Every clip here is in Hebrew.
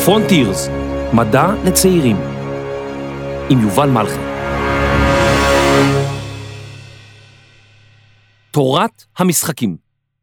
פרונטירס, מדע לצעירים, עם יובל מלכי. תורת המשחקים.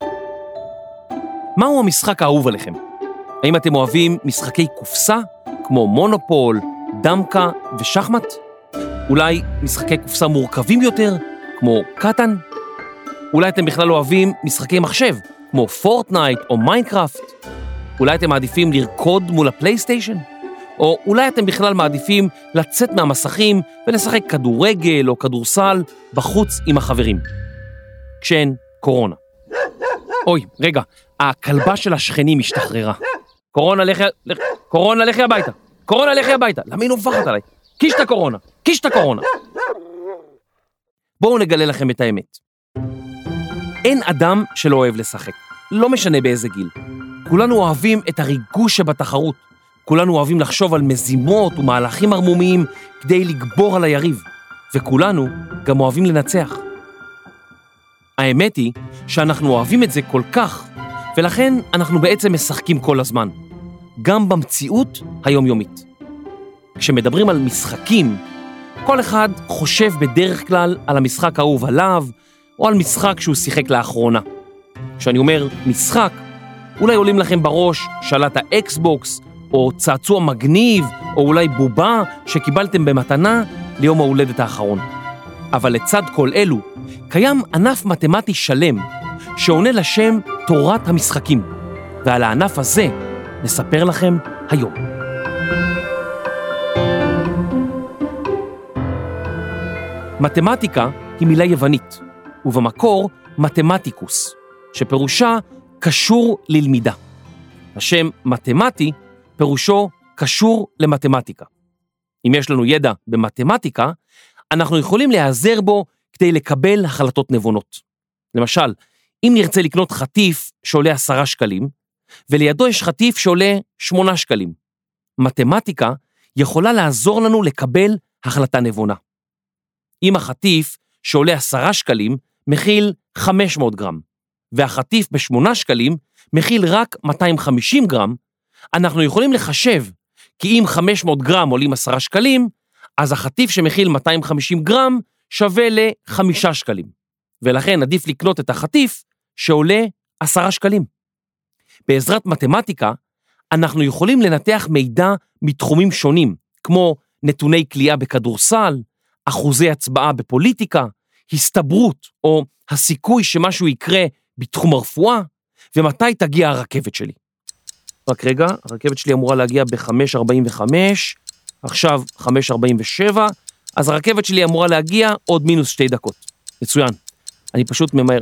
מהו המשחק האהוב עליכם? האם אתם אוהבים משחקי קופסה, כמו מונופול, דמקה ושחמט? אולי משחקי קופסה מורכבים יותר, כמו קטן? אולי אתם בכלל אוהבים משחקי מחשב, כמו פורטנייט או מיינקראפט? אולי אתם מעדיפים לרקוד מול הפלייסטיישן? או אולי אתם בכלל מעדיפים לצאת מהמסכים ולשחק כדורגל או כדורסל בחוץ עם החברים? כשאין קורונה. אוי, רגע, הכלבה של השכנים השתחררה. קורונה, לכי הביתה. קורונה, לכי הביתה. למה היא נובחת עליי? קיש את הקורונה, קיש את הקורונה. בואו נגלה לכם את האמת. אין אדם שלא אוהב לשחק. לא משנה באיזה גיל. כולנו אוהבים את הריגוש שבתחרות. כולנו אוהבים לחשוב על מזימות ומהלכים ערמומיים כדי לגבור על היריב. וכולנו גם אוהבים לנצח. האמת היא שאנחנו אוהבים את זה כל כך, ולכן אנחנו בעצם משחקים כל הזמן. גם במציאות היומיומית. כשמדברים על משחקים, כל אחד חושב בדרך כלל על המשחק האהוב עליו, או על משחק שהוא שיחק לאחרונה. כשאני אומר משחק, אולי עולים לכם בראש שלט האקסבוקס, או צעצוע מגניב, או אולי בובה שקיבלתם במתנה ליום ההולדת האחרון. אבל לצד כל אלו, קיים ענף מתמטי שלם, שעונה לשם תורת המשחקים. ועל הענף הזה נספר לכם היום. מתמטיקה היא מילה יוונית, ובמקור מתמטיקוס, שפירושה קשור ללמידה. השם מתמטי פירושו קשור למתמטיקה. אם יש לנו ידע במתמטיקה, אנחנו יכולים להיעזר בו כדי לקבל החלטות נבונות. למשל, אם נרצה לקנות חטיף שעולה 10 שקלים, ולידו יש חטיף שעולה 8 שקלים, מתמטיקה יכולה לעזור לנו לקבל החלטה נבונה. אם החטיף שעולה 10 שקלים מכיל 500 גרם, והחטיף ב8 שקלים מכיל רק 250 גרם, אנחנו יכולים לחשב כי אם 500 גרם עולים 10 שקלים, אז החטיף שמכיל 250 גרם שווה ל5 שקלים. ולכן עדיף לקנות את החטיף שעולה 10 שקלים. בעזרת מתמטיקה, אנחנו יכולים לנתח מידע מתחומים שונים, כמו נתוני קליעה בכדורסל, אחוזי הצבעה בפוליטיקה, הסתברות או הסיכוי שמשהו יקרה בתחום הרפואה, ומתי תגיע הרכבת שלי. רק רגע, הרכבת שלי אמורה להגיע ב-5:45, עכשיו 5:47, אז הרכבת שלי אמורה להגיע עוד מינוס 2 דקות. מצוין. אני פשוט ממהר.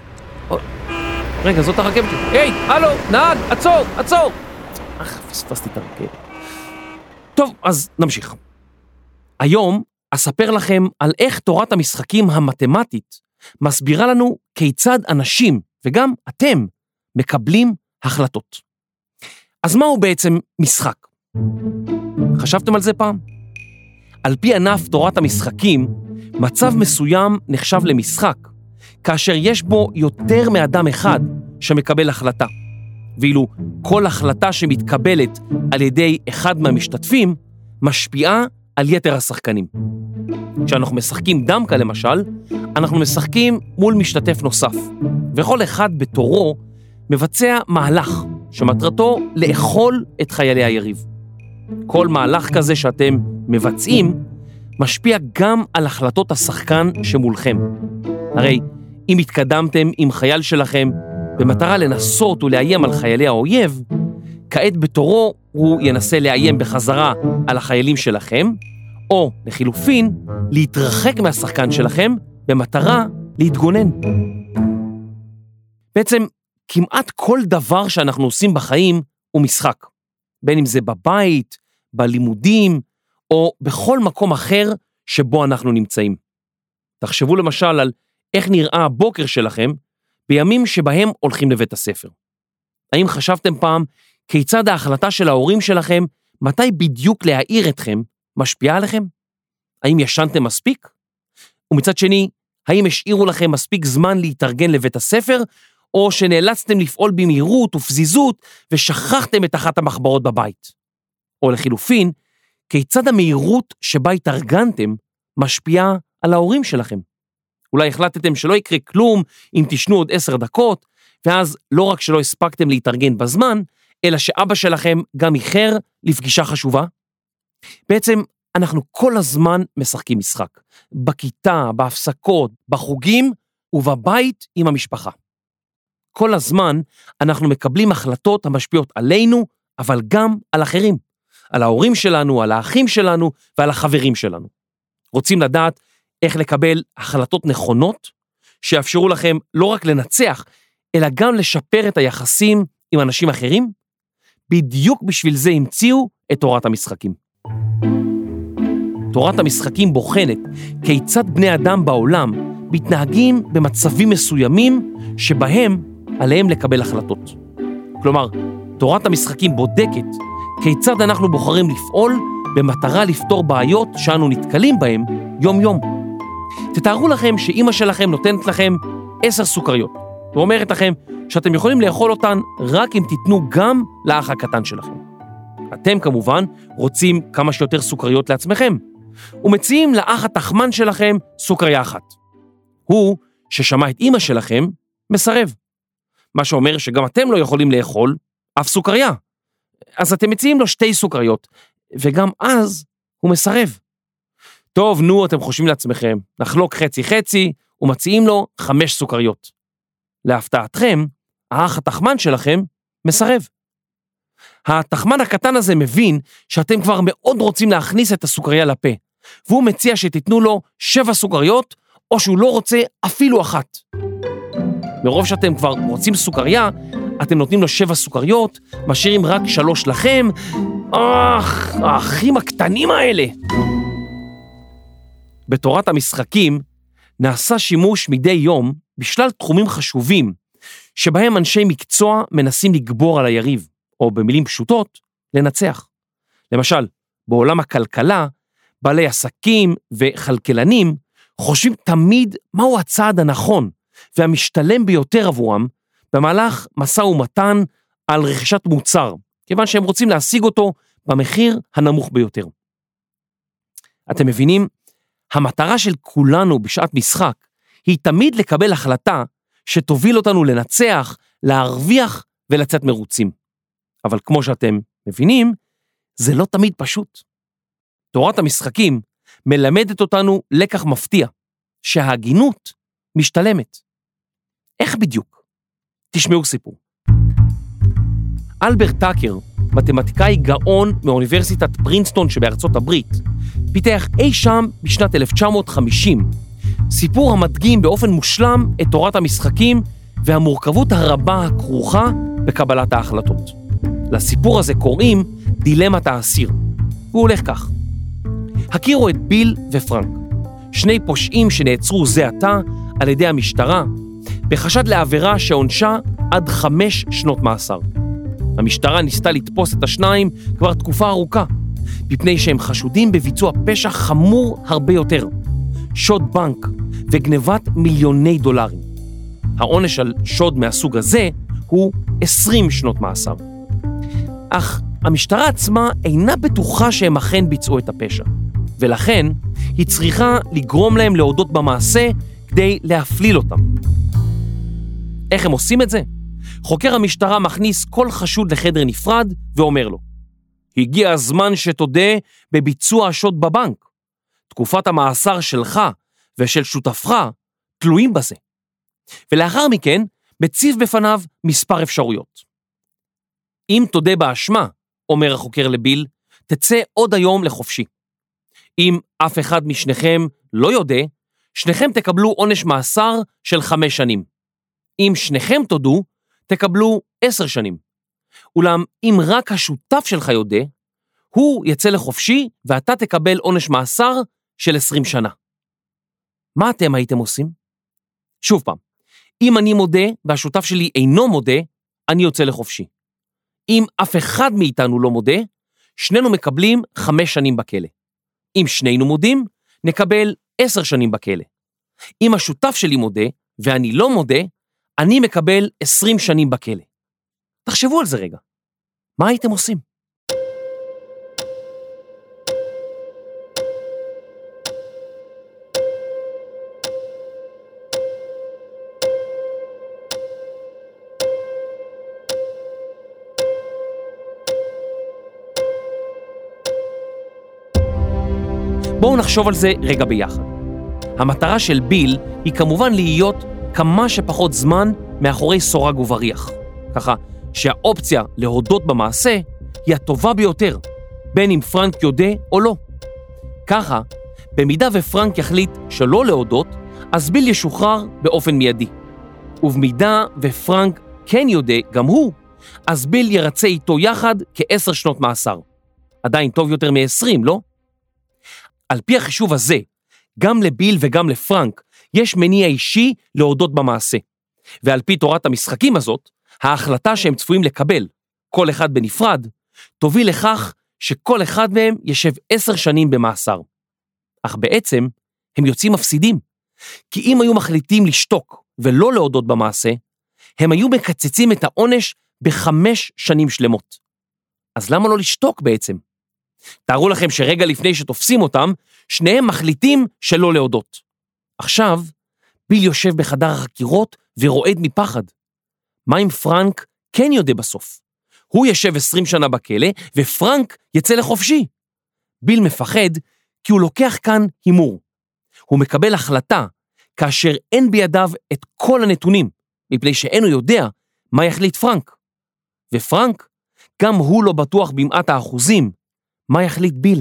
רגע, זאת הרכבת שלי. היי, הלו, נהג, עצור. פספסתי את הרכבת. טוב, אז נמשיך. היום אספר לכם על איך תורת המשחקים המתמטית מסבירה לנו כיצד אנשים, וגם אתם, מקבלים החלטות. אז מהו בעצם משחק? חשבתם על זה פעם? על פי ענף תורת המשחקים, מצב מסוים נחשב למשחק, כאשר יש בו יותר מאדם אחד שמקבל החלטה. ואילו כל החלטה שמתקבלת על ידי אחד מהמשתתפים, משפיעה על יתר השחקנים. כשאנחנו משחקים דמקה למשל, אנחנו משחקים מול משתתף נוסף, וכל אחד בתורו מבצע מהלך שמטרתו לאכול את חיילי היריב. כל מהלך כזה שאתם מבצעים משפיע גם על החלטות השחקן שמולכם. הרי אם התקדמתם עם חייל שלכם במטרה לנסות ולאיים על חיילי האויב, כעת בתורו הוא ינסה לאיים בחזרה על החיילים שלכם, או לחילופין להתרחק מהשחקן שלכם במטרה להתגונן. בעצם כמעט כל דבר שאנחנו עושים בחיים הוא משחק, בין אם זה בבית, בלימודים, או בכל מקום אחר שבו אנחנו נמצאים. תחשבו למשל על איך נראה הבוקר שלכם בימים שבהם הולכים לבית הספר. האם חשבתם פעם כיצד ההחלטה של ההורים שלכם, מתי בדיוק להעיר אתכם, משפיעה עליכם? האם ישנתם מספיק? ומצד שני, האם השאירו לכם מספיק זמן להתארגן לבית הספר, או שנאלצתם לפעול במהירות ופזיזות ושכחתם את אחת המחברות בבית? או לחילופין, כיצד המהירות שבה התארגנתם משפיעה על ההורים שלכם. אולי החלטתם שלא יקרה כלום אם תשנו עוד 10 דקות, ואז לא רק שלא הספקתם להתארגן בזמן, אלא שאבא שלכם גם איחר לפגישה חשובה. בעצם אנחנו כל הזמן משחקים משחק, בכיתה, בהפסקות, בחוגים ובבית עם המשפחה. כל הזמן אנחנו מקבלים החלטות המשפיעות עלינו, אבל גם על אחרים, על ההורים שלנו, על האחים שלנו ועל החברים שלנו. רוצים לדעת איך לקבל החלטות נכונות, שיאפשרו לכם לא רק לנצח, אלא גם לשפר את היחסים עם אנשים אחרים? בדיוק בשביל זה המציאו את תורת המשחקים. תורת המשחקים בוחנת כיצד בני אדם בעולם מתנהגים במצבים מסוימים שבהם עליהם לקבל החלטות. כלומר, תורת המשחקים בודקת כיצד אנחנו בוחרים לפעול במטרה לפתור בעיות שאנו נתקלים בהם יום-יום. תתארו לכם שאמא שלכם נותנת לכם 10 סוכריות, ואומרת לכם שאתם יכולים לאכול אותן רק אם תיתנו גם לאח הקטן שלכם. אתם כמובן רוצים כמה שיותר סוכריות לעצמכם, ומציעים לאח התחמן שלכם סוכריה אחת. הוא, ששמע את אמא שלכם, מסרב. מה שאומר שגם אתם לא יכולים לאכול אף סוכריה. אז אתם מציעים לו 2 סוכריות, וגם אז הוא מסרב. טוב, נו, אתם חושבים לעצמכם, נחלוק חצי-חצי, ומציעים לו 5 סוכריות. להפתעתכם, האח התחמן שלכם מסרב. התחמן הקטן הזה מבין שאתם כבר מאוד רוצים להכניס את הסוכריה לפה, והוא מציע שתיתנו לו 7 סוכריות, או שהוא לא רוצה אפילו 1. מרוב שאתם כבר רוצים סוכריה, אתם נותנים לו 7 סוכריות, משאירים רק 3 לכם. האחים הקטנים האלה. בתורת המשחקים נעשה שימוש מדי יום בשלל תחומים חשובים, שבהם אנשי מקצוע מנסים לגבור על היריב, או במילים פשוטות, לנצח. למשל, בעולם הכלכלה, בעלי עסקים וכלכלנים חושבים תמיד מהו הצעד הנכון והמשתלם ביותר עבורם במהלך משא ומתן על רכישת מוצר, כיוון שהם רוצים להשיג אותו במחיר הנמוך ביותר. אתם מבינים? המטרה של כולנו בשעת משחק היא תמיד לקבל החלטה שתוביל אותנו לנצח, להרוויח ולצאת מרוצים. אבל כמו שאתם מבינים, זה לא תמיד פשוט. תורת המשחקים מלמדת אותנו לקח מפתיע, שההגינות משתלמת. איך בדיוק? תשמעו סיפור. אלברט טאקר, מתמטיקאי גאון מאוניברסיטת פרינסטון שבארצות הברית, פיתח אי שם בשנת 1950, סיפור המדגים באופן מושלם את תורת המשחקים והמורכבות הרבה הכרוכה בקבלת ההחלטות. לסיפור הזה קוראים דילמת האסיר, והוא הולך כך. הכירו את ביל ופרנק, 2 פושעים שנעצרו זה עתה על ידי המשטרה, בחשד לעבירה שעונשה עד 5 שנות מאסר. המשטרה ניסתה לתפוס את השניים כבר תקופה ארוכה, מפני שהם חשודים בביצוע פשע חמור הרבה יותר, שוד בנק וגנבת מיליוני דולרים. העונש על שוד מהסוג הזה הוא 20 שנות מאסר. אך המשטרה עצמה אינה בטוחה שהם אכן ביצעו את הפשע, ולכן היא צריכה לגרום להם להודות במעשה כדי להפליל אותם. איך הם עושים את זה? חוקר המשטרה מכניס כל חשוד לחדר נפרד ואומר לו, הגיע הזמן שתודה בביצוע השוד בבנק. תקופת המאסר שלך ושל שותפך תלויים בזה. ולאחר מכן מציב בפניו מספר אפשרויות. אם תודה באשמה, אומר החוקר לביל, תצא עוד היום לחופשי. אם אף אחד משניכם לא יודע, שניכם תקבלו עונש מאסר של 5 שנים. אם שניכם תודו, תקבלו 10 שנים. אולם אם רק השותף שלך יודע, הוא יצא לחופשי ואתה תקבל עונש מאסר של 20 שנה. מה אתם הייתם עושים? שוב פעם, אם אני מודה והשותף שלי אינו מודה, אני יוצא לחופשי. אם אף אחד מאיתנו לא מודה, שנינו מקבלים 5 שנים בכלא. אם שנינו מודים, נקבל 10 שנים בכלא. אם השותף שלי מודה ואני לא מודה, אני מקבל 20 שנים בכלא. תחשבו על זה רגע. מה הייתם עושים? בואו נחשוב על זה רגע ביחד. המטרה של ביל היא כמובן להיות כמה שפחות זמן מאחורי סורג ובריח. ככה שהאופציה להודות במעשה היא הטובה ביותר, בין אם פרנק יודע או לא. ככה, במידה ופרנק יחליט שלא להודות, אז ביל ישוחרר באופן מיידי. ובמידה ופרנק כן יודע גם הוא, אז ביל ירצה איתו יחד כ10 שנות מאסר. עדיין טוב יותר מ20, לא? על פי החישוב הזה, גם לביל וגם לפרנק יש מניע אישי להודות במעשה. ועל פי תורת המשחקים הזאת, ההחלטה שהם צפויים לקבל, כל אחד בנפרד, תוביל לכך שכל אחד מהם ישב 10 שנים במאסר. אך בעצם הם יוצאים מפסידים. כי אם היו מחליטים לשתוק ולא להודות במעשה, הם היו מקצצים את העונש ב5 שנים שלמות. אז למה לא לשתוק בעצם? תארו לכם שרגע לפני שתופסים אותם, שניהם מחליטים שלא להודות. עכשיו, ביל יושב בחדר החקירות ורועד מפחד. מה אם פרנק כן יודע בסוף? הוא ישב 20 שנה בכלא, ופרנק יצא לחופשי. ביל מפחד כי הוא לוקח כאן הימור. הוא מקבל החלטה כאשר אין בידיו את כל הנתונים, מפני שאינו יודע מה יחליט פרנק. ופרנק, גם הוא לא בטוח במעט האחוזים, מה יחליט ביל.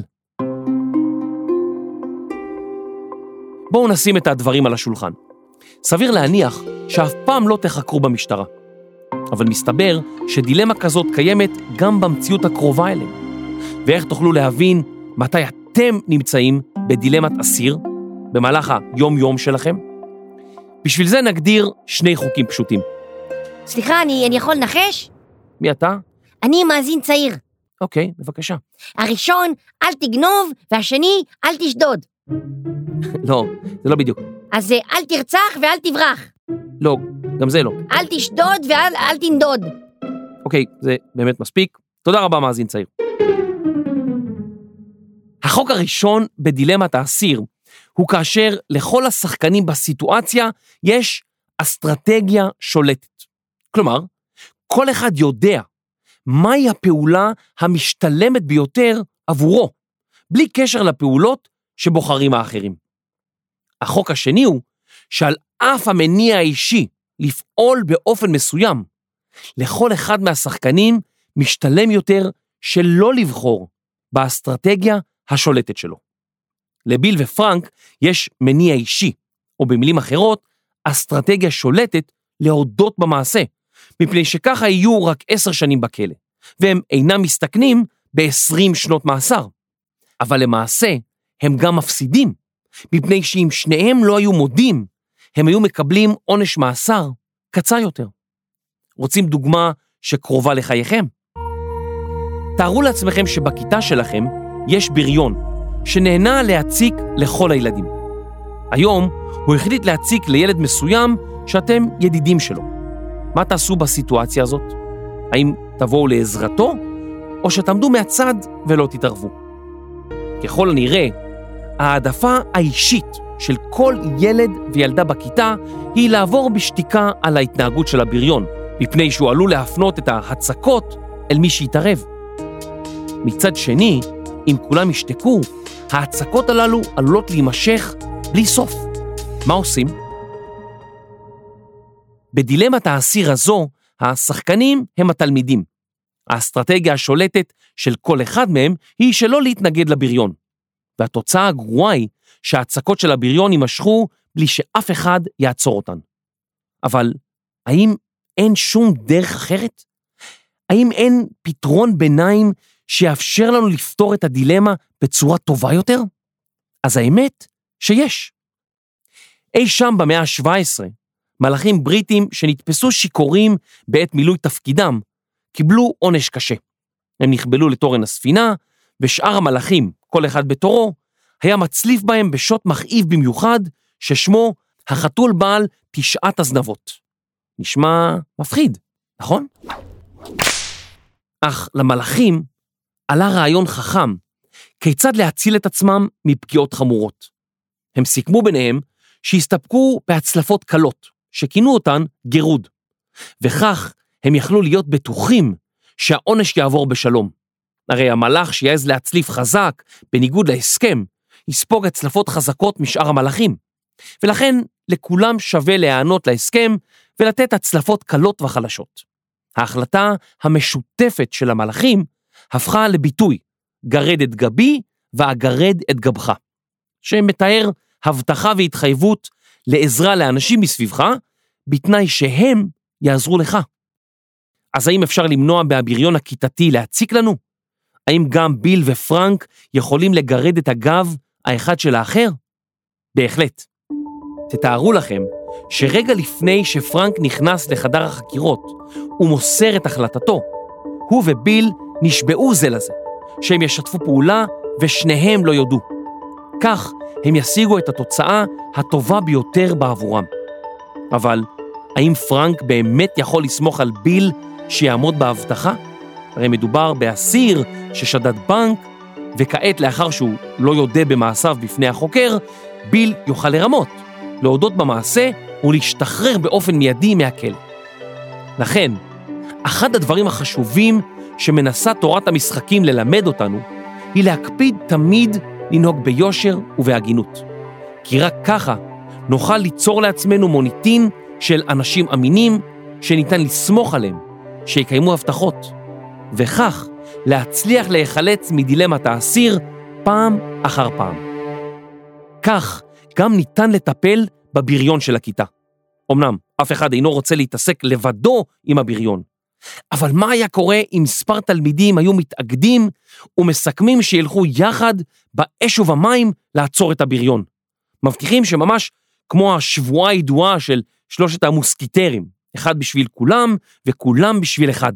בואו נשים את הדברים על השולחן. סביר להניח שאף פעם לא תחקרו במשטרה. אבל מסתבר שדילמה כזאת קיימת גם במציאות הקרובה אליהם. ואיך תוכלו להבין מתי אתם נמצאים בדילמת אסיר במהלך היום-יום שלכם? בשביל זה נגדיר 2 חוקים פשוטים. סליחה, אני יכול לנחש? מי אתה? אני מאזין צעיר. אוקיי, בבקשה. הראשון, אל תגנוב, והשני, אל תשדוד. לא, זה לא בדיוק. אז אל תרצח ואל תברח. לא, גם זה לא. אל תשדוד ואל תנדוד. אוקיי, זה באמת מספיק. תודה רבה, מאזין צעיר. החוק הראשון בדילמת האסיר הוא כאשר לכל השחקנים בסיטואציה יש אסטרטגיה שולטת. כלומר, כל אחד יודע מהי הפעולה המשתלמת ביותר עבורו, בלי קשר לפעולות שבוחרים האחרים. החוק השני הוא שעל אף המניע האישי לפעול באופן מסוים, לכל אחד מהשחקנים משתלם יותר שלא לבחור באסטרטגיה השולטת שלו. לביל ופרנק יש מניע אישי, או במילים אחרות, אסטרטגיה שולטת להודות במעשה, מפני שככה יהיו רק 10 שנים בכלא, והם אינם מסתכנים ב20 שנות מאסר. אבל למעשה הם גם מפסידים, מפני שאם שניהם לא היו מודים, הם היו מקבלים עונש מאסר קצר יותר. רוצים דוגמה שקרובה לחייכם? תארו לעצמכם שבכיתה שלכם יש בריון, שנהנה להציק לכל הילדים. היום הוא החליט להציק לילד מסוים שאתם ידידים שלו. מה תעשו בסיטואציה הזאת? האם תבואו לעזרתו, או שתעמדו מהצד ולא תתערבו? ככל הנראה, העדפה האישית של כל ילד וילדה בכיתה היא לעבור בשתיקה על ההתנהגות של הבריון, מפני שהוא עלול להפנות את ההצקות אל מי שיתערב. מצד שני, אם כולם ישתקו, ההצקות הללו עלולות להימשך בלי סוף. מה עושים? בדילמת האסיר הזו, השחקנים הם התלמידים. האסטרטגיה השולטת של כל אחד מהם היא שלא להתנגד לבריון. והתוצאה הגרועה היא שההצקות של הבריון יימשכו בלי שאף אחד יעצור אותן. אבל האם אין שום דרך אחרת? האם אין פתרון ביניים שיאפשר לנו לפתור את הדילמה בצורה טובה יותר? אז האמת שיש. אי שם במאה ה-17, מלאכים בריטים שנתפסו שיכורים בעת מילוי תפקידם, קיבלו עונש קשה. הם נכבלו לתורן הספינה, ושאר המלאכים, כל אחד בתורו, היה מצליף בהם בשוט מכאיב במיוחד, ששמו החתול בעל 9 הזנבות. נשמע מפחיד, נכון? אך למלאכים עלה רעיון חכם, כיצד להציל את עצמם מפגיעות חמורות. הם סיכמו ביניהם שהסתפקו בהצלפות קלות, שכינו אותן גירוד, וכך הם יכלו להיות בטוחים שהעונש יעבור בשלום. הרי המלאך שיעז להצליף חזק, בניגוד להסכם, יספוג הצלפות חזקות משאר המלאכים, ולכן לכולם שווה להיענות להסכם ולתת הצלפות קלות וחלשות. ההחלטה המשותפת של המלאכים הפכה לביטוי, גרד את גבי ואגרד את גבך, שמתאר הבטחה והתחייבות לעזרה לאנשים מסביבך, בתנאי שהם יעזרו לך. אז האם אפשר למנוע מהבריון הכיתתי להציק לנו? האם גם ביל ופרנק יכולים לגרד את הגב האחד של האחר? בהחלט. תתארו לכם שרגע לפני שפרנק נכנס לחדר החקירות ומוסר את החלטתו, הוא וביל נשבעו זה לזה, שהם ישתפו פעולה ושניהם לא יודו. כך הם ישיגו את התוצאה הטובה ביותר בעבורם. אבל האם פרנק באמת יכול לסמוך על ביל שיעמוד בהבטחה? הרי מדובר באסיר ששדד בנק, וכעת לאחר שהוא לא יודע במעשיו בפני החוקר, ביל יוכל לרמות, להודות במעשה ולהשתחרר באופן מיידי מהכלא. לכן, אחד הדברים החשובים שמנסה תורת המשחקים ללמד אותנו, היא להקפיד תמיד לנהוג ביושר ובהגינות. כי רק ככה נוכל ליצור לעצמנו מוניטין של אנשים אמינים שניתן לסמוך עליהם, שיקיימו הבטחות, וכך להצליח להיחלץ מדילמת האסיר פעם אחר פעם. כך גם ניתן לטפל בבריון של הכיתה. אמנם אף אחד אינו רוצה להתעסק לבדו עם הבריון, אבל מה היה קורה אם מספר תלמידים היו מתאגדים ומסכמים שילכו יחד באש ובמים לעצור את הבריון? מבטיחים שממש כמו השבועה הידועה של 3 המוסקיטרים, אחד בשביל כולם וכולם בשביל אחד.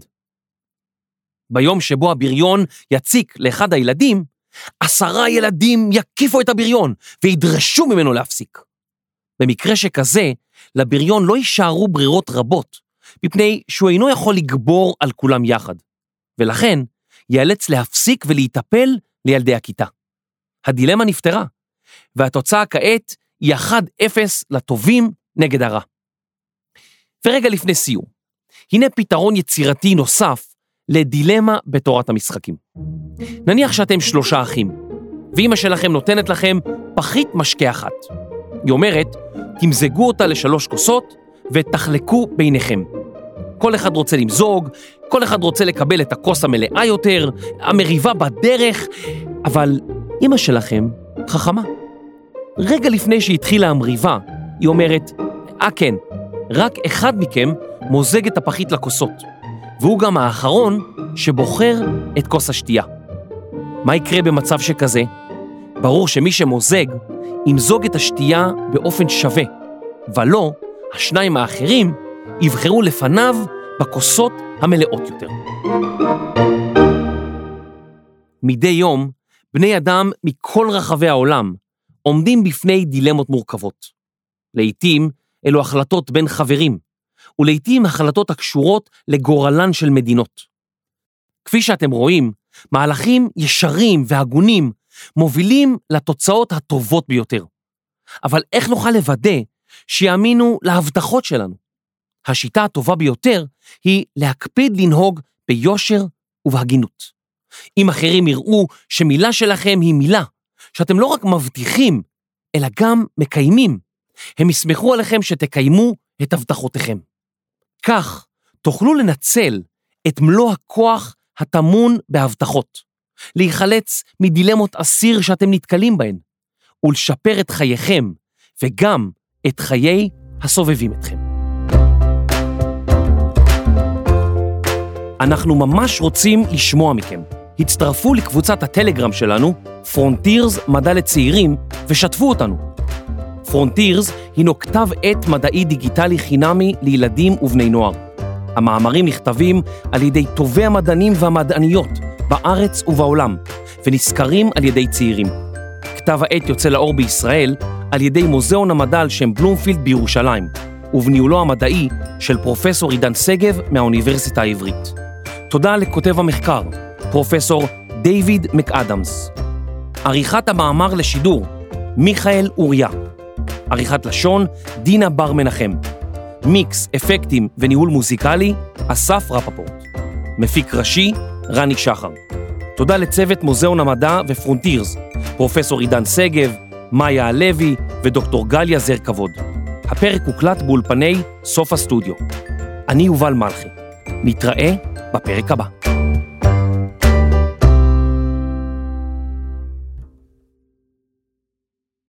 ביום שבו הבריון יציק לאחד הילדים, 10 ילדים יקיפו את הבריון וידרשו ממנו להפסיק. במקרה שכזה, לבריון לא יישארו ברירות רבות, מפני שהוא אינו יכול לגבור על כולם יחד, ולכן ייאלץ להפסיק ולהיטפל לילדי הכיתה. הדילמה נפתרה, והתוצאה כעת היא 1-0 לטובים נגד הרע. ורגע לפני סיום, הנה פתרון יצירתי נוסף לדילמה בתורת המשחקים. נניח שאתם 3 אחים, ואמא שלכם נותנת לכם פחית משקה אחת. היא אומרת, תמזגו אותה ל3 כוסות ותחלקו ביניכם. כל אחד רוצה למזוג, כל אחד רוצה לקבל את הכוס המלאה יותר, המריבה בדרך, אבל אמא שלכם חכמה. רגע לפני שהתחילה המריבה, היא אומרת, כן, רק אחד מכם מוזג את הפחית לכוסות, והוא גם האחרון שבוחר את כוס השתייה. מה יקרה במצב שכזה? ברור שמי שמוזג ימזוג את השתייה באופן שווה, ולא השניים האחרים יבחרו לפניו בכוסות המלאות יותר. מדי יום, בני אדם מכל רחבי העולם עומדים בפני דילמות מורכבות. לעתים אלו החלטות בין חברים, ולעתים החלטות הקשורות לגורלן של מדינות. כפי שאתם רואים, מהלכים ישרים והגונים מובילים לתוצאות הטובות ביותר. אבל איך נוכל לוודא שיאמינו להבטחות שלנו? השיטה הטובה ביותר היא להקפיד לנהוג ביושר ובהגינות. אם אחרים יראו שמילה שלכם היא מילה, שאתם לא רק מבטיחים, אלא גם מקיימים, הם ישמחו עליכם שתקיימו את הבטחותיכם. כך תוכלו לנצל את מלוא הכוח הטמון בהבטחות, להיחלץ מדילמות אסיר שאתם נתקלים בהן, ולשפר את חייכם וגם את חיי הסובבים אתכם. אנחנו ממש רוצים לשמוע מכם. הצטרפו לקבוצת הטלגרם שלנו, פרונטירס מדע לצעירים, ושתפו אותנו. פרונטירס הינו כתב עת מדעי דיגיטלי חינמי לילדים ובני נוער. המאמרים נכתבים על ידי טובי המדענים והמדעניות בארץ ובעולם, ונזכרים על ידי צעירים. כתב העת יוצא לאור בישראל על ידי מוזיאון המדע על שם בלומפילד בירושלים, ובניהולו המדעי של פרופסור עידן סגב מהאוניברסיטה העברית. תודה לכותב המחקר, פרופסור דיוויד מקאדמס. עריכת המאמר לשידור, מיכאל אוריה. עריכת לשון, דינה בר מנחם. מיקס, אפקטים וניהול מוזיקלי, אסף רפפורט. מפיק ראשי, רני שחר. תודה לצוות מוזיאון המדע ופרונטירס, פרופסור עידן סגב, מאיה הלוי ודוקטור גליה זר כבוד. הפרק הוקלט באולפני סוף הסטודיו. אני יובל מלכי. נתראה בפרק הבא.